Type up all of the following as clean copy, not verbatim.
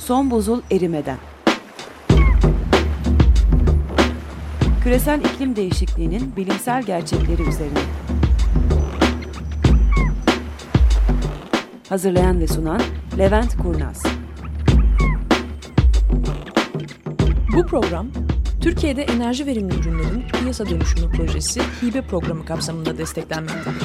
Son buzul erimeden. Küresel iklim değişikliğinin bilimsel gerçekleri üzerine. Hazırlayan ve sunan Levent Kurnaz. Bu program, Türkiye'de enerji verimli ürünlerin piyasa dönüşümü projesi hibe programı kapsamında desteklenmektedir.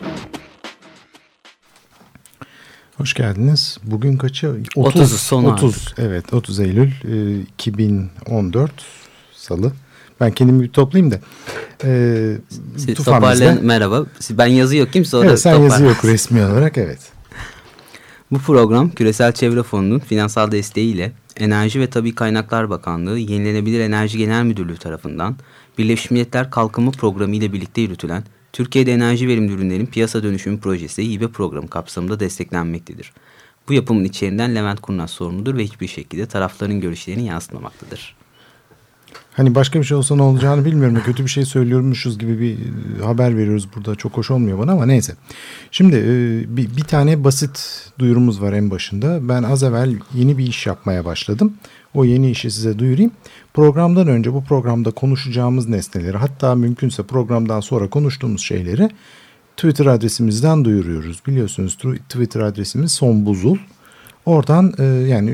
Hoş geldiniz. Bugün kaçı? 30. Evet, 30 Eylül 2014 Salı. Ben kendimi bir toplayayım da. Toparlayan merhaba. Ben yazı okuyayım sonra evet, sen yazı yok resmi olarak, evet. Bu program Küresel Çevre Fonu'nun finansal desteğiyle Enerji ve Tabii Kaynaklar Bakanlığı Yenilenebilir Enerji Genel Müdürlüğü tarafından Birleşmiş Milletler Kalkınma Programı ile birlikte yürütülen Türkiye'de enerji verimli ürünlerin piyasa dönüşümü projesi hibe programı kapsamında desteklenmektedir. Bu yapımın içeriğinden Levent Kurnaz sorumludur ve hiçbir şekilde tarafların görüşlerini yansıtmamaktadır. Hani başka bir şey olsa ne olacağını bilmiyorum. Kötü bir şey söylüyormuşuz gibi bir haber veriyoruz burada. Çok hoş olmuyor bana ama neyse. Şimdi bir tane basit duyurumuz var en başında. Ben az evvel yeni bir iş yapmaya başladım. O yeni işi size duyurayım. Programdan önce bu programda konuşacağımız nesneleri, hatta mümkünse programdan sonra konuştuğumuz şeyleri Twitter adresimizden duyuruyoruz. Biliyorsunuz Twitter adresimiz sonbuzul. Oradan yani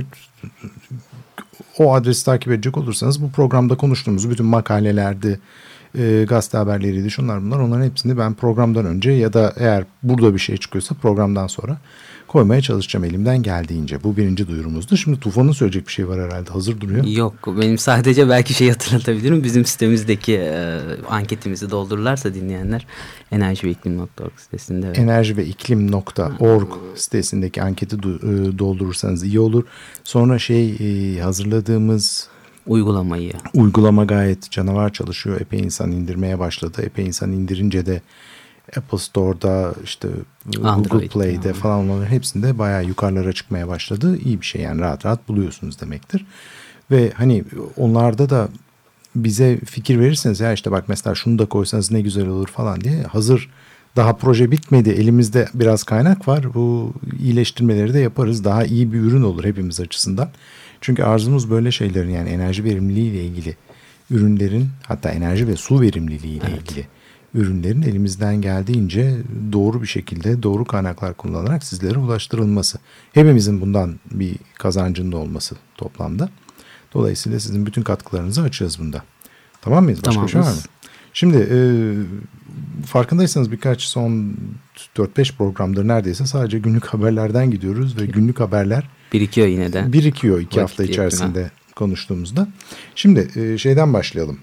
o adresi takip edecek olursanız bu programda konuştuğumuz bütün makalelerde, gazete haberleriydi, şunlar bunlar, onların hepsini ben programdan önce ya da eğer burada bir şey çıkıyorsa programdan sonra koymaya çalışacağım elimden geldiğince. Bu birinci duyurumuzdu. Şimdi Tufan'ın söyleyecek bir şey var herhalde. Hazır duruyor. Yok, benim sadece belki şey hatırlatabilirim. Bizim sitemizdeki anketimizi doldururlarsa dinleyenler enerjiveiklim.org sitesinde. Enerjiveiklim.org sitesindeki anketi doldurursanız iyi olur. Sonra hazırladığımız uygulama gayet canavar çalışıyor. Epey insan indirmeye başladı. Epey insan indirince de Apple Store'da, işte Google Play'de falan, onların hepsinde bayağı yukarılara çıkmaya başladı. İyi bir şey yani, rahat rahat buluyorsunuz demektir. Ve hani onlarda da bize fikir verirseniz, ya işte bak mesela şunu da koysanız ne güzel olur falan diye, hazır daha proje bitmedi, elimizde biraz kaynak var, bu iyileştirmeleri de yaparız, daha iyi bir ürün olur hepimiz açısından. Çünkü arzumuz böyle şeylerin, yani enerji verimliliği ile ilgili ürünlerin, hatta enerji ve su verimliliği ile ilgili ürünlerin elimizden geldiğince doğru bir şekilde, doğru kaynaklar kullanarak sizlere ulaştırılması. Hepimizin bundan bir kazancında olması toplamda. Dolayısıyla sizin bütün katkılarınızı açığız bunda. Tamam mıyız? Başka bir şey var mı? Şimdi farkındaysanız birkaç son 4-5 programdır neredeyse sadece günlük haberlerden gidiyoruz ve günlük haberler birikiyor yine de. Birikiyor 2 hafta içerisinde konuştuğumuzda. Şimdi şeyden başlayalım.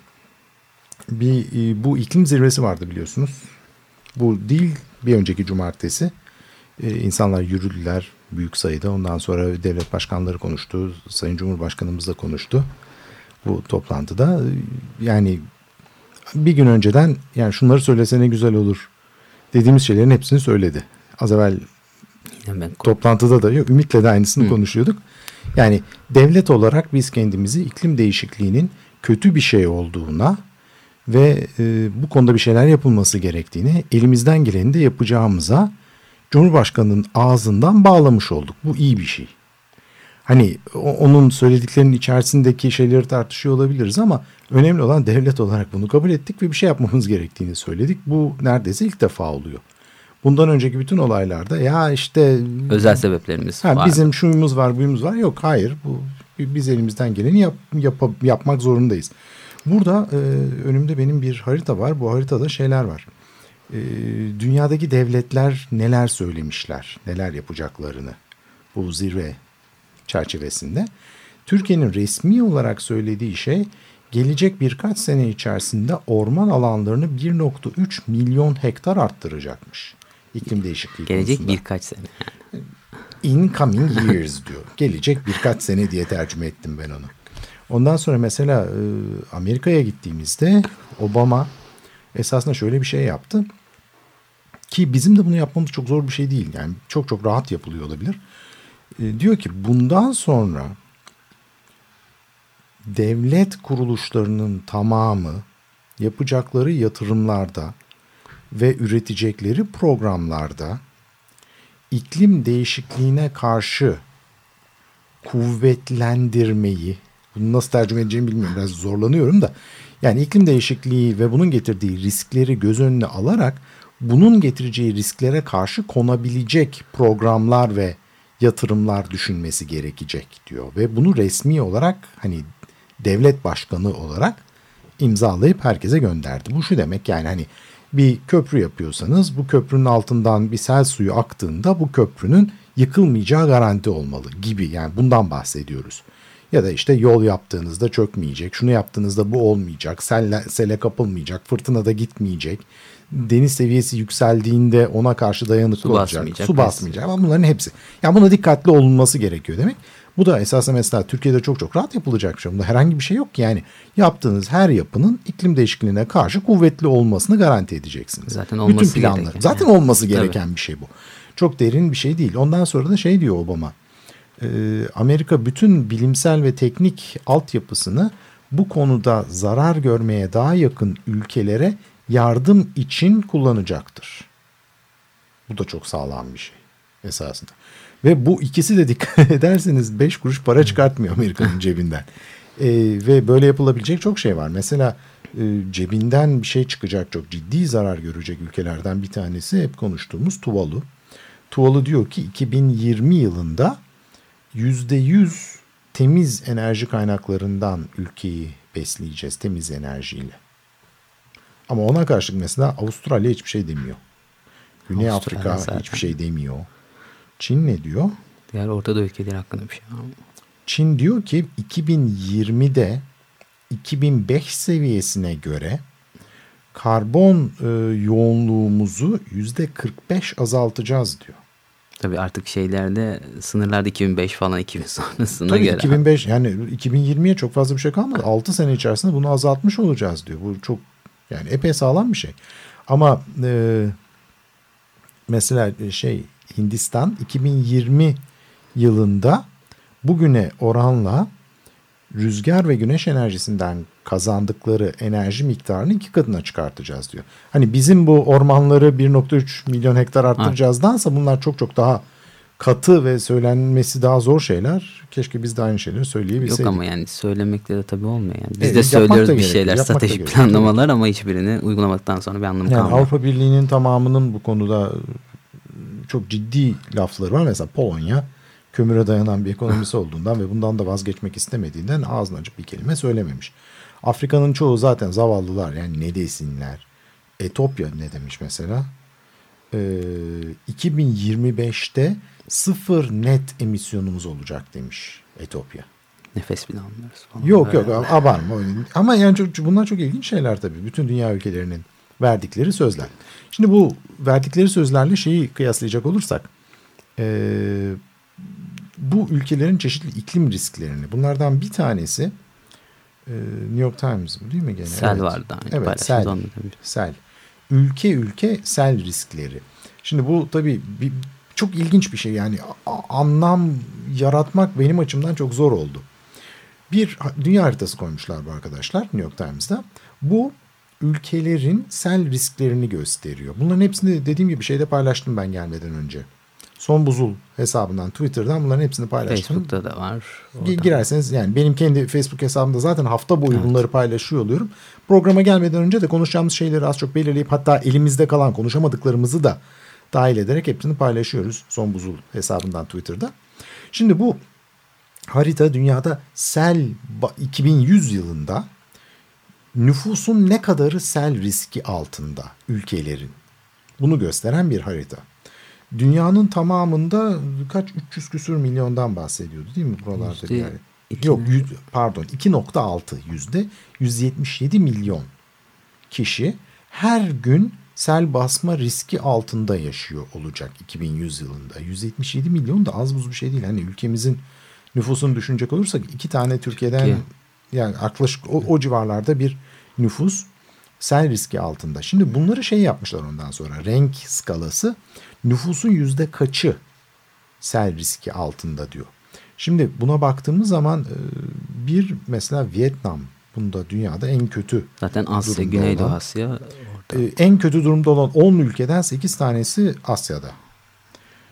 Bu iklim zirvesi vardı biliyorsunuz. Bu değil, bir önceki cumartesi insanlar yürüdüler büyük sayıda. Ondan sonra devlet başkanları konuştu. Sayın Cumhurbaşkanımız da konuştu bu toplantıda. Yani bir gün önceden, yani şunları söylese ne güzel olur dediğimiz şeylerin hepsini söyledi. Az evvel toplantıda da Ümit'le de aynısını konuşuyorduk. Yani devlet olarak biz kendimizi iklim değişikliğinin kötü bir şey olduğuna ve bu konuda bir şeyler yapılması gerektiğini, elimizden geleni de yapacağımıza Cumhurbaşkanı'nın ağzından bağlamış olduk. Bu iyi bir şey. Hani onun söylediklerinin içerisindeki şeyleri tartışıyor olabiliriz ama önemli olan devlet olarak bunu kabul ettik ve bir şey yapmamız gerektiğini söyledik. Bu neredeyse ilk defa oluyor. Bundan önceki bütün olaylarda ya işte özel sebeplerimiz var. Bizim şuyumuz var, buyumuz var. Yok, hayır. Biz elimizden geleni yapmak zorundayız. Burada önümde benim bir harita var. Bu haritada şeyler var. Dünyadaki devletler neler söylemişler, neler yapacaklarını bu zirve çerçevesinde. Türkiye'nin resmi olarak söylediği şey, gelecek birkaç sene içerisinde orman alanlarını 1,3 milyon hektar arttıracakmış. İklim değişikliği gelecek konusunda. Birkaç sene. Incoming years diyor. Gelecek birkaç sene diye tercüme ettim ben onu. Ondan sonra mesela Amerika'ya gittiğimizde Obama esasında şöyle bir şey yaptı. Ki bizim de bunu yapmamız çok zor bir şey değil. Yani çok çok rahat yapılıyor olabilir. Diyor ki bundan sonra devlet kuruluşlarının tamamı yapacakları yatırımlarda ve üretecekleri programlarda iklim değişikliğine karşı kuvvetlendirmeyi, bunu nasıl tercüme edeceğimi bilmiyorum, biraz zorlanıyorum da, yani iklim değişikliği ve bunun getirdiği riskleri göz önüne alarak bunun getireceği risklere karşı konabilecek programlar ve yatırımlar düşünmesi gerekecek diyor. Ve bunu resmi olarak hani devlet başkanı olarak imzalayıp herkese gönderdi. Bu şu demek, yani hani bir köprü yapıyorsanız bu köprünün altından bir sel suyu aktığında bu köprünün yıkılmayacağı garanti olmalı gibi, yani bundan bahsediyoruz. Ya da işte yol yaptığınızda çökmeyecek, şunu yaptığınızda bu olmayacak, sele kapılmayacak, fırtınada gitmeyecek, deniz seviyesi yükseldiğinde ona karşı dayanıklı olacak, su basmayacak. Ama bunların hepsi. Yani buna dikkatli olunması gerekiyor demek. Bu da esasında mesela Türkiye'de çok çok rahat yapılacak bir şey. Bunda herhangi bir şey yok ki. Yani yaptığınız her yapının iklim değişikliğine karşı kuvvetli olmasını garanti edeceksiniz. Zaten olması bütün planlar. gereken. Zaten olması gereken bir şey bu. Çok derin bir şey değil. Ondan sonra da şey diyor Obama. Amerika bütün bilimsel ve teknik altyapısını bu konuda zarar görmeye daha yakın ülkelere yardım için kullanacaktır. Bu da çok sağlam bir şey esasında. Ve bu ikisi de dikkat ederseniz 5 kuruş para çıkartmıyor Amerika'nın cebinden. Ve böyle yapılabilecek çok şey var. Mesela cebinden bir şey çıkacak, çok ciddi zarar görecek ülkelerden bir tanesi hep konuştuğumuz Tuvalu. Tuvalu diyor ki 2020 yılında %100 temiz enerji kaynaklarından ülkeyi besleyeceğiz, temiz enerjiyle. Ama ona karşılık mesela Avustralya hiçbir şey demiyor. Güney Afrika hiçbir şey demiyor. Çin ne diyor? Diğer Orta Doğu ülkeleri hakkında bir şey. Çin diyor ki 2020'de 2005 seviyesine göre karbon yoğunluğumuzu %45 azaltacağız diyor. Tabii artık şeylerde, sınırlarda 2005 falan, 2000 sonrasına tabii göre. 2005 yani 2020'ye çok fazla bir şey kalmadı. 6 sene içerisinde bunu azaltmış olacağız diyor. Bu çok, yani epey sağlam bir şey. Ama mesela Hindistan 2020 yılında bugüne oranla rüzgar ve güneş enerjisinden kazandıkları enerji miktarını 2 katına çıkartacağız diyor. Hani bizim bu ormanları 1,3 milyon hektar arttıracağızdansa bunlar çok çok daha katı ve söylenmesi daha zor şeyler. Keşke biz de aynı şeyleri söyleyebilseydik. Yok ama yani söylemekle de tabii olmuyor. Yani. Biz de söylüyoruz bir şeyler, stratejik planlamalar ama hiçbirini uygulamadıktan sonra bir anlamı kalmıyor. Avrupa Birliği'nin tamamının bu konuda çok ciddi lafları var. Mesela Polonya kömüre dayanan bir ekonomisi olduğundan ve bundan da vazgeçmek istemediğinden ağzını açıp bir kelime söylememiş. Afrika'nın çoğu zaten zavallılar, yani ne desinler. Etiyopya ne demiş mesela? 2025'te 0 net emisyonumuz olacak demiş Etiyopya. Nefes bile almıyoruz falan. Yok abartma. Ama yani bunlar çok ilginç şeyler tabii. Bütün dünya ülkelerinin verdikleri sözler. Şimdi bu verdikleri sözlerle şeyi kıyaslayacak olursak bu ülkelerin çeşitli iklim risklerini, bunlardan bir tanesi New York Times değil mi gene? Sel vardı. Evet, sel. Ülke sel riskleri. Şimdi bu tabii çok ilginç bir şey, yani anlam yaratmak benim açımdan çok zor oldu. Bir dünya haritası koymuşlar bu arkadaşlar New York Times'da. Bu ülkelerin sel risklerini gösteriyor. Bunların hepsini dediğim gibi şeyde paylaştım ben gelmeden önce. Son Buzul hesabından, Twitter'dan bunların hepsini paylaştım. Facebook'ta da var. Girerseniz, yani benim kendi Facebook hesabımda zaten hafta boyu bunları paylaşıyor oluyorum. Programa gelmeden önce de konuşacağımız şeyleri az çok belirleyip hatta elimizde kalan konuşamadıklarımızı da dahil ederek hepsini paylaşıyoruz Son Buzul hesabından Twitter'da. Şimdi bu harita dünyada sel 2100 yılında nüfusun ne kadarı sel riski altında ülkelerin, bunu gösteren bir harita. Dünyanın tamamında kaç 300 küsur milyondan bahsediyordu değil mi buralarda bir yer? Yok pardon 2,6 yüzde 177 milyon kişi her gün sel basma riski altında yaşıyor olacak 2100 yılında. 177 milyon da az buz bir şey değil. Hani ülkemizin nüfusunu düşünecek olursak 2 tane Türkiye'den yani yaklaşık o civarlarda bir nüfus sel riski altında. Şimdi bunları yapmışlar ondan sonra, renk skalası nüfusun yüzde kaçı sel riski altında diyor. Şimdi buna baktığımız zaman bir mesela Vietnam bunda dünyada en kötü zaten Asya, Güneydoğu Asya en kötü durumda olan 10 ülkeden 8 tanesi Asya'da.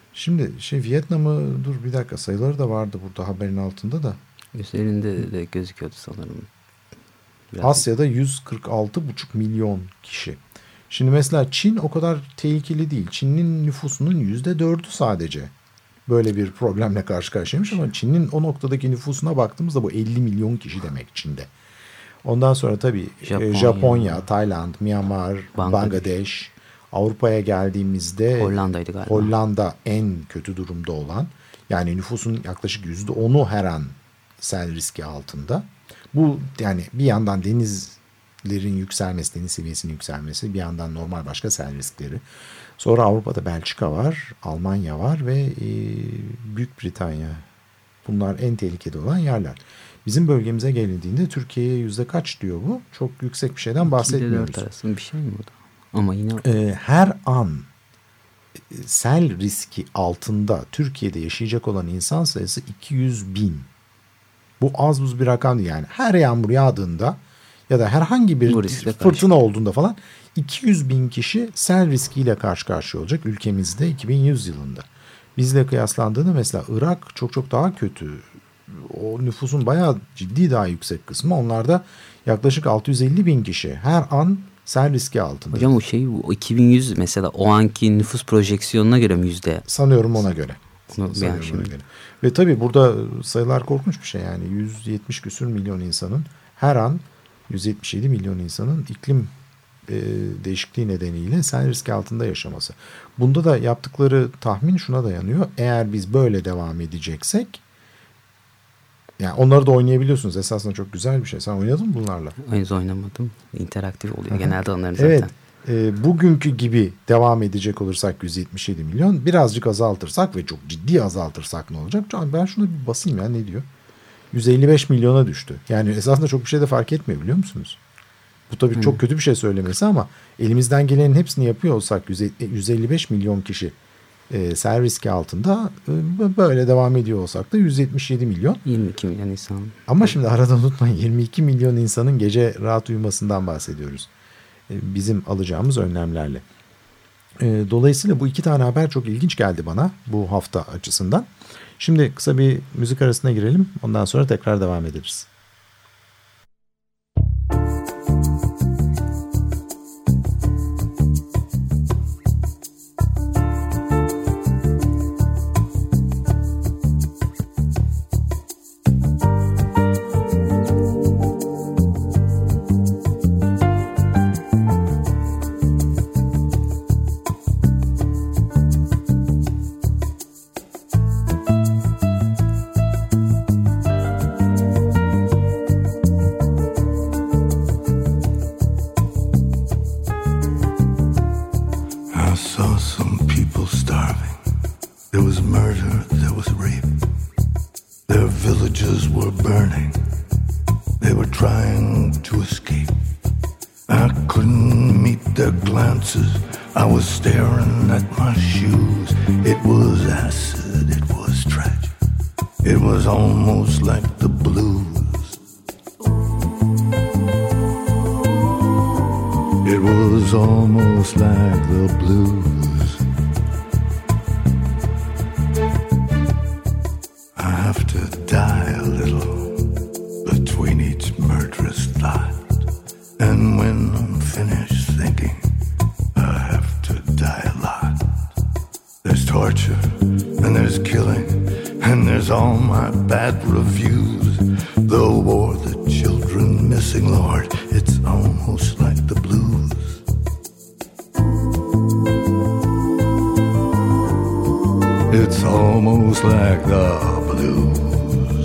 Şimdi Vietnam'ı dur bir dakika sayıları da vardı burada haberin altında da. Üzerinde de gözüküyordu sanırım. Biraz Asya'da 146,5 milyon kişi. Şimdi mesela Çin o kadar tehlikeli değil. Çin'in nüfusunun %4'ü sadece böyle bir problemle karşı karşıyaymış ama Çin'in o noktadaki nüfusuna baktığımızda bu 50 milyon kişi demek Çin'de. Ondan sonra tabii Japonya, Tayland, Myanmar, Bangladeş. Avrupa'ya geldiğimizde Hollanda'ydı galiba. Hollanda en kötü durumda olan, yani nüfusun yaklaşık %10'u her an sel riski altında. Bu yani bir yandan denizlerin yükselmesi, deniz seviyesinin yükselmesi, bir yandan normal başka sel riskleri. Sonra Avrupa'da Belçika var, Almanya var ve Büyük Britanya. Bunlar en tehlikeli olan yerler. Bizim bölgemize gelindiğinde Türkiye'ye yüzde kaç diyor bu? Çok yüksek bir şeyden bahsetmiyoruz. 2-4 arasında bir şey mi bu da? Ama yine her an sel riski altında Türkiye'de yaşayacak olan insan sayısı 200 bin. Bu az buz bir rakam değil yani. Her yağmur yağdığında ya da herhangi bir fırtına olduğunda falan 200 bin kişi sel riskiyle karşı karşıya olacak ülkemizde 2100 yılında. Bizle kıyaslandığında mesela Irak çok çok daha kötü. O nüfusun bayağı ciddi daha yüksek kısmı. Onlarda yaklaşık 650 bin kişi her an sel riski altında. Hocam o 2100 mesela o anki nüfus projeksiyonuna göre mi yüzde? Sanıyorum ona göre. Ona göre. Ve tabii burada sayılar korkunç bir şey yani 170 küsür milyon insanın her an 177 milyon insanın iklim değişikliği nedeniyle sel riski altında yaşaması. Bunda da yaptıkları tahmin şuna dayanıyor. Eğer biz böyle devam edeceksek, yani onları da oynayabiliyorsunuz. Esasında çok güzel bir şey. Sen oynadın mı bunlarla? Henüz oynamadım. İnteraktif oluyor. Genelde onların zaten. Evet. Bugünkü gibi devam edecek olursak 177 milyon. Birazcık azaltırsak ve çok ciddi azaltırsak ne olacak? Ben şuna bir basayım ya, ne diyor? 155 milyona düştü. Yani esasında çok bir şey de fark etmiyor, biliyor musunuz? Bu tabii çok kötü bir şey söylemesi ama elimizden gelenin hepsini yapıyor olsak 155 milyon kişi sel riski altında böyle devam ediyor olsak da 177 milyon. 22 milyon insan. Ama şimdi arada unutmayın, 22 milyon insanın gece rahat uyumasından bahsediyoruz. Bizim alacağımız önlemlerle. Dolayısıyla bu iki tane haber çok ilginç geldi bana bu hafta açısından. Şimdi kısa bir müzik arasına girelim. Ondan sonra tekrar devam ederiz. I was staring at my shoes. It was acid, it was tragic. It was almost like the blues. It was almost like the blues. I have to die a little between each murderous thought. And when I'm finished thinking, I have to die a lot. There's torture, and there's killing, and there's all my bad reviews. The war, the children missing, Lord, it's almost like the blues. It's almost like the blues.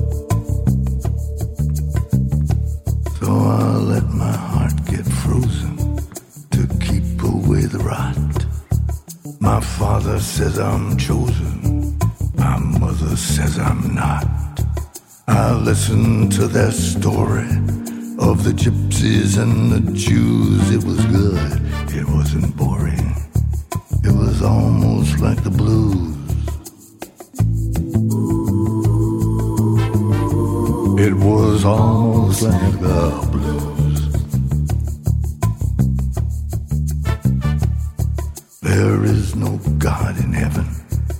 So I'll let my heart get frozen to keep away the rot. My father says I'm chosen, my mother says I'm not. I listen to their story of the gypsies and the Jews. It was good, it wasn't boring. It was almost like the blues. It was almost like the blues. There is no God in heaven.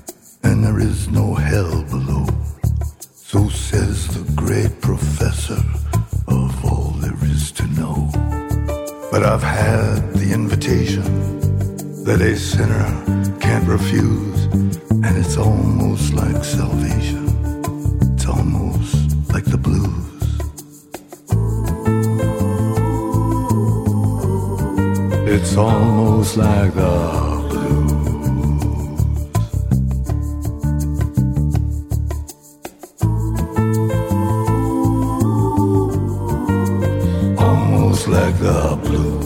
and there is no hell below. So says the great professor of all there is to know. But I've had the invitation that a sinner can't refuse, and it's almost like salvation. It's almost like the blues. It's almost like the blues. Almost like the blues.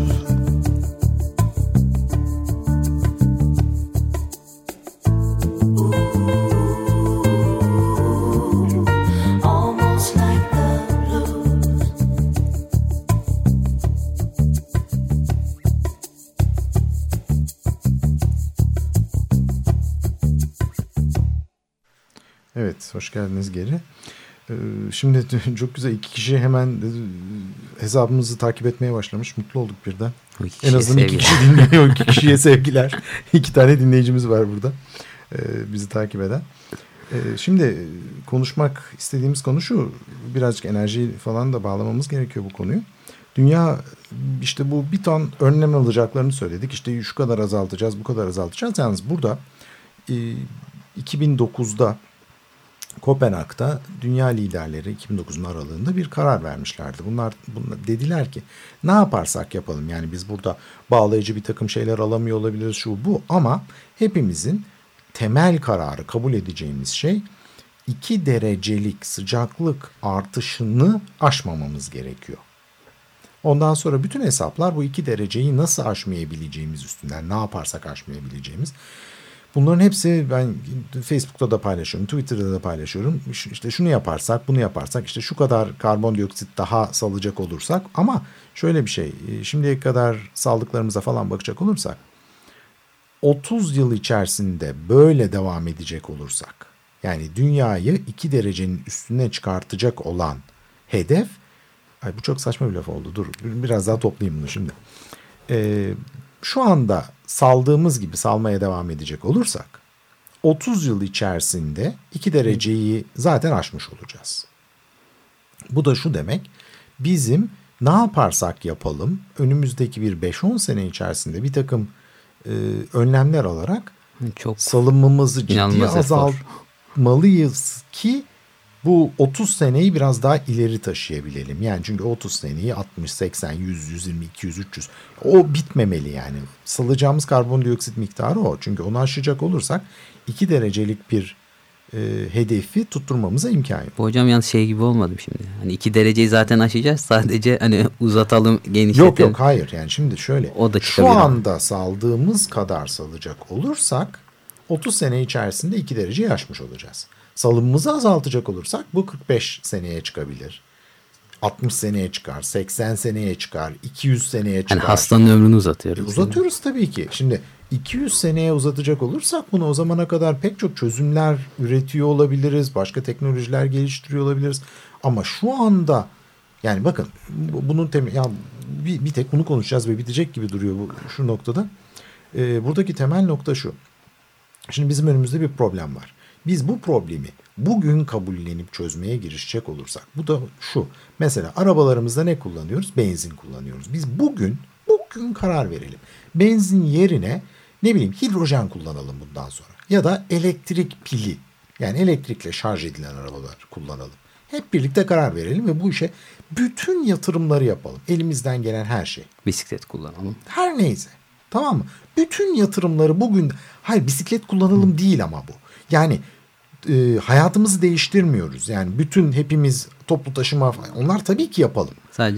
Evet, hoş geldiniz geri. Şimdi çok güzel, iki kişi hemen hesabımızı takip etmeye başlamış. Mutlu olduk birden. En azından iki kişi dinliyor. 2 kişiye sevgiler. 2 tane dinleyicimiz var burada. Bizi takip eden. Şimdi konuşmak istediğimiz konu şu. Birazcık enerji falan da bağlamamız gerekiyor bu konuyu. Dünya işte bu bir ton önlem alacaklarını söyledik. İşte şu kadar azaltacağız, bu kadar azaltacağız. Yalnız burada 2009'da Kopenhag'da dünya liderleri 2009'un aralığında bir karar vermişlerdi. Bunlar dediler ki ne yaparsak yapalım. Yani biz burada bağlayıcı bir takım şeyler alamıyor olabiliriz, şu bu, ama hepimizin temel kararı kabul edeceğimiz şey 2 derecelik sıcaklık artışını aşmamamız gerekiyor. Ondan sonra bütün hesaplar bu 2 dereceyi nasıl aşmayabileceğimiz üstünden, ne yaparsak aşmayabileceğimiz. Bunların hepsi ben Facebook'ta da paylaşıyorum, Twitter'da da paylaşıyorum. İşte şunu yaparsak, bunu yaparsak, işte şu kadar karbondioksit daha salacak olursak, ama şöyle bir şey, şimdiye kadar saldıklarımıza falan bakacak olursak, 30 yıl içerisinde böyle devam edecek olursak, yani dünyayı 2 derecenin üstüne çıkartacak olan hedef, ay bu çok saçma bir laf oldu, dur biraz daha toplayayım bunu şimdi. Şu anda saldığımız gibi salmaya devam edecek olursak 30 yıl içerisinde 2 dereceyi zaten aşmış olacağız. Bu da şu demek, bizim ne yaparsak yapalım önümüzdeki bir 5-10 sene içerisinde bir takım önlemler alarak çok salınmamızı ciddi azaltmalıyız ki bu 30 seneyi biraz daha ileri taşıyabilelim. Yani çünkü 30 seneyi 60, 80, 100, 120, 200, 300 o bitmemeli yani. Salacağımız karbondioksit miktarı o. Çünkü onu aşacak olursak 2 derecelik bir hedefi tutturmamıza imkan yok. Bu hocam yalnız şey gibi olmadım şimdi. Hani 2 dereceyi zaten aşacağız. Sadece hani uzatalım, genişletelim. Yok hayır, yani şimdi şöyle. O da şu anda saldığımız kadar salacak olursak 30 sene içerisinde 2 dereceyi aşmış olacağız. Salımımızı azaltacak olursak bu 45 seneye çıkabilir. 60 seneye çıkar, 80 seneye çıkar, 200 seneye çıkar. Yani hastanın ömrünü uzatıyoruz. Uzatıyoruz tabii ki. Şimdi 200 seneye uzatacak olursak bunu o zamana kadar pek çok çözümler üretiyor olabiliriz. Başka teknolojiler geliştiriyor olabiliriz. Ama şu anda yani bakın bunun bir tek bunu konuşacağız ve bitecek gibi duruyor şu noktada. Buradaki temel nokta şu. Şimdi bizim önümüzde bir problem var. Biz bu problemi bugün kabullenip çözmeye girişecek olursak, bu da şu. Mesela arabalarımızda ne kullanıyoruz? Benzin kullanıyoruz. Biz bugün karar verelim. Benzin yerine ne bileyim hidrojen kullanalım bundan sonra. Ya da elektrik pili, yani elektrikle şarj edilen arabalar kullanalım. Hep birlikte karar verelim ve bu işe bütün yatırımları yapalım. Elimizden gelen her şey. Bisiklet kullanalım. Her neyse. Tamam mı? Bütün yatırımları bugün... Hayır, bisiklet kullanalım değil ama bu. Yani hayatımızı değiştirmiyoruz. Yani hepimiz toplu taşıma falan, onlar tabii ki yapalım.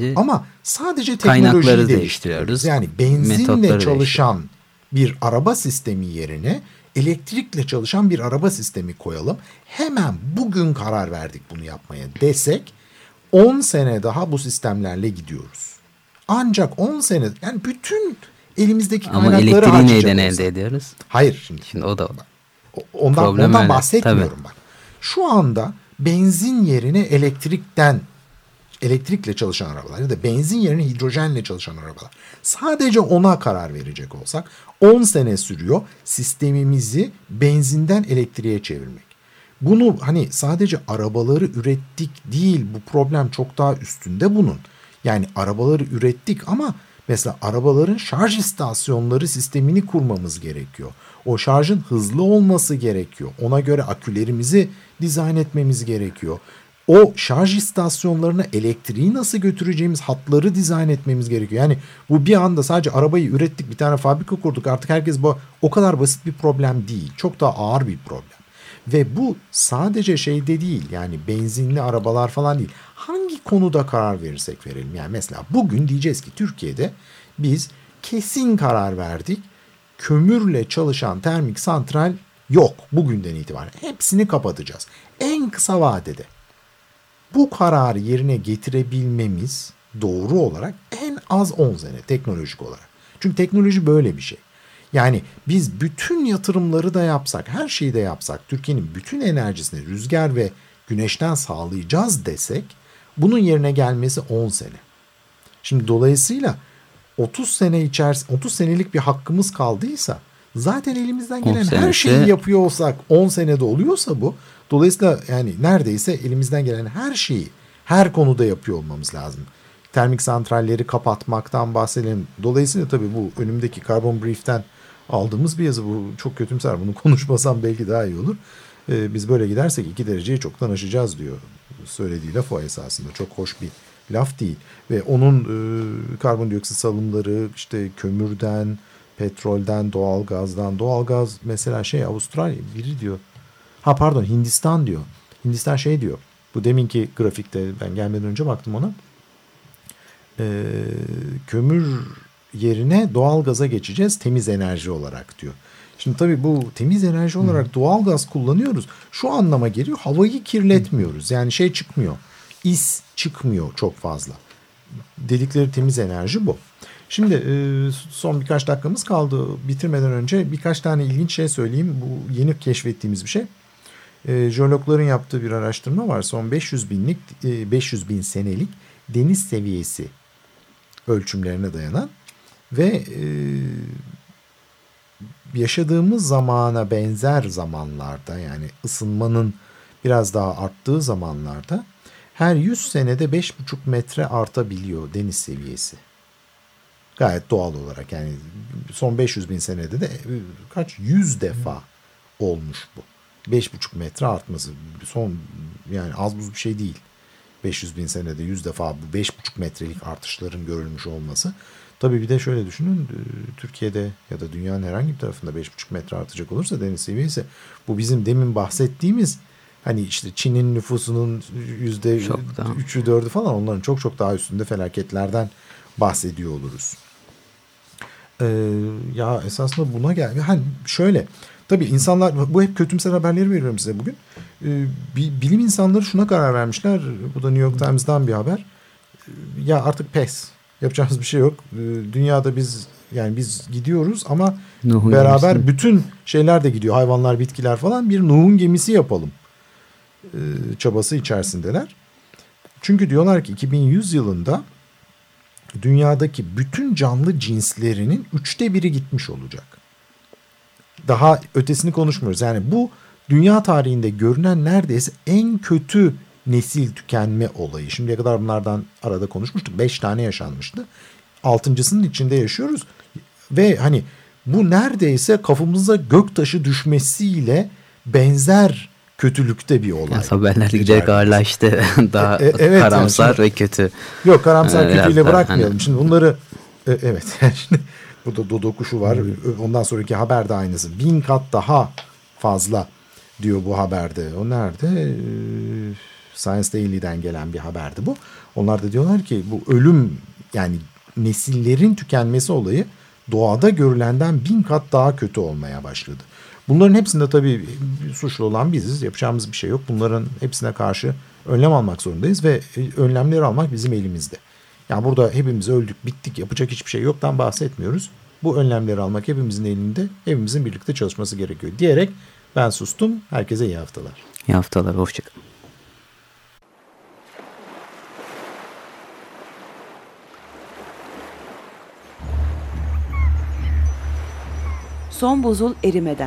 Sadece teknolojiyi değiştiriyoruz. Yani benzinle çalışan bir araba sistemi yerine elektrikle çalışan bir araba sistemi koyalım. Hemen bugün karar verdik bunu yapmaya desek 10 sene daha bu sistemlerle gidiyoruz. Ancak 10 sene, yani bütün elimizdeki kaynakları harcayacak. Ama elektriği neyden elde ediyoruz? Hayır. Şimdi o da ondan bahsetmiyorum bak. Şu anda benzin yerine elektrikle çalışan arabalar ya da benzin yerine hidrojenle çalışan arabalar. Sadece ona karar verecek olsak 10 sene sürüyor sistemimizi benzinden elektriğe çevirmek. Bunu hani sadece arabaları ürettik değil, bu problem çok daha üstünde bunun. Yani arabaları ürettik ama mesela arabaların şarj istasyonları sistemini kurmamız gerekiyor. O şarjın hızlı olması gerekiyor. Ona göre akülerimizi dizayn etmemiz gerekiyor. O şarj istasyonlarına elektriği nasıl götüreceğimiz hatları dizayn etmemiz gerekiyor. Yani bu bir anda sadece arabayı ürettik, bir tane fabrika kurduk, artık herkes o kadar basit bir problem değil. Çok daha ağır bir problem. Ve bu sadece şeyde değil, yani benzinli arabalar falan değil. Hangi konuda karar verirsek verelim. Yani mesela bugün diyeceğiz ki Türkiye'de biz kesin karar verdik. Kömürle çalışan termik santral yok bugünden itibaren. Hepsini kapatacağız. En kısa vadede. Bu kararı yerine getirebilmemiz doğru olarak en az 10 sene teknolojik olarak. Çünkü teknoloji böyle bir şey. Yani biz bütün yatırımları da yapsak, her şeyi de yapsak, Türkiye'nin bütün enerjisini rüzgar ve güneşten sağlayacağız desek, bunun yerine gelmesi 10 sene. Şimdi dolayısıyla 30 senelik bir hakkımız kaldıysa, zaten elimizden gelen her şeyi yapıyor olsak 10 senede oluyorsa bu, dolayısıyla yani neredeyse elimizden gelen her şeyi her konuda yapıyor olmamız lazım. Termik santralleri kapatmaktan bahsedelim. Dolayısıyla tabii bu önümdeki Carbon Brief'ten aldığımız bir yazı, bu çok kötümser, bunu konuşmasam belki daha iyi olur. Biz böyle gidersek 2 dereceyi çoktan aşacağız diyor. Söylediği laf o esasında. Çok hoş bir laf değil. Ve onun karbondioksit salımları işte kömürden, petrolden, doğalgaz mesela Avustralya biri diyor. Hindistan diyor. Hindistan diyor. Bu deminki grafikte ben gelmeden önce baktım ona. Kömür yerine doğalgaza geçeceğiz temiz enerji olarak diyor. Şimdi tabii bu temiz enerji olarak doğalgaz kullanıyoruz. Şu anlama geliyor, havayı kirletmiyoruz. Yani çıkmıyor. İs çıkmıyor çok fazla. Dedikleri temiz enerji bu. Şimdi son birkaç dakikamız kaldı. Bitirmeden önce birkaç tane ilginç şey söyleyeyim. Bu yeni keşfettiğimiz bir şey. Jeologların yaptığı bir araştırma var. Son 500 bin senelik deniz seviyesi ölçümlerine dayanan ve yaşadığımız zamana benzer zamanlarda, yani ısınmanın biraz daha arttığı zamanlarda her 100 senede 5,5 metre artabiliyor deniz seviyesi. Gayet doğal olarak, yani son 500 bin senede de 100 defa olmuş bu. 5,5 metre artması yani az buz bir şey değil. 500 bin senede 100 defa bu 5,5 metrelik artışların görülmüş olması. Tabii bir de şöyle düşünün, Türkiye'de ya da dünyanın herhangi bir tarafında 5,5 metre artacak olursa deniz seviyesi, bu bizim demin bahsettiğimiz hani işte Çin'in nüfusunun %3'ü 4'ü falan, onların çok çok daha üstünde felaketlerden bahsediyor oluruz. Ya esasında buna gel. Hani şöyle, tabii insanlar, bu hep kötümser haberleri veriyorum size bugün. Bilim insanları şuna karar vermişler. Bu da New York Times'dan bir haber. Ya artık pes. Yapacağımız bir şey yok. Dünyada biz gidiyoruz ama Nuh'un beraber gemisi. Bütün şeyler de gidiyor. Hayvanlar, bitkiler falan, bir Nuh'un gemisi yapalım çabası içerisindeler. Çünkü diyorlar ki 2100 yılında dünyadaki bütün canlı cinslerinin 1/3 gitmiş olacak. Daha ötesini konuşmuyoruz. Yani bu dünya tarihinde görünen neredeyse en kötü nesil tükenme olayı. Şimdiye kadar bunlardan arada konuşmuştuk. 5 tane yaşanmıştı. 6.'sının içinde yaşıyoruz. Ve hani bu neredeyse kafamıza göktaşı düşmesiyle benzer kötülükte bir olay. Ya, haberler giderek ağırlaştı. Daha evet, karamsar yani ve kötü. Yok, karamsar kötüyle bırakmayalım. Hani. Şimdi bunları evet. Şimdi burada dodo kuşu var. Ondan sonraki haber de aynısı. 1000 kat daha fazla diyor bu haberde. O nerede? Science Daily'den gelen bir haberdi bu. Onlar da diyorlar ki bu ölüm, yani nesillerin tükenmesi olayı doğada görülenden 1000 kat daha kötü olmaya başladı. Bunların hepsinde tabii suçlu olan biziz. Yapacağımız bir şey yok. Bunların hepsine karşı önlem almak zorundayız ve önlemleri almak bizim elimizde. Yani burada hepimiz öldük, bittik, yapacak hiçbir şey yoktan bahsetmiyoruz. Bu önlemleri almak hepimizin elinde, hepimizin birlikte çalışması gerekiyor diyerek ben sustum. Herkese iyi haftalar. İyi haftalar, hoşçakalın. Son buzul erimeden.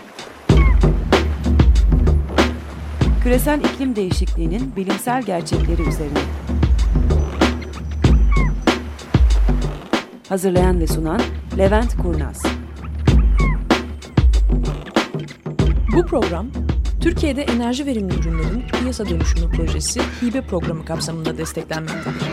Küresel iklim değişikliğinin bilimsel gerçekleri üzerine. Hazırlayan ve sunan Levent Kurnaz. Bu program, Türkiye'de enerji verimli ürünlerin piyasa dönüşümü projesi hibe programı kapsamında desteklenmektedir.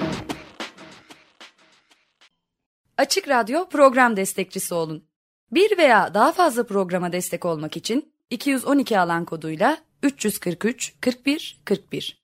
Açık Radyo program destekçisi olun. Bir veya daha fazla programa destek olmak için 212 alan koduyla 343 41 41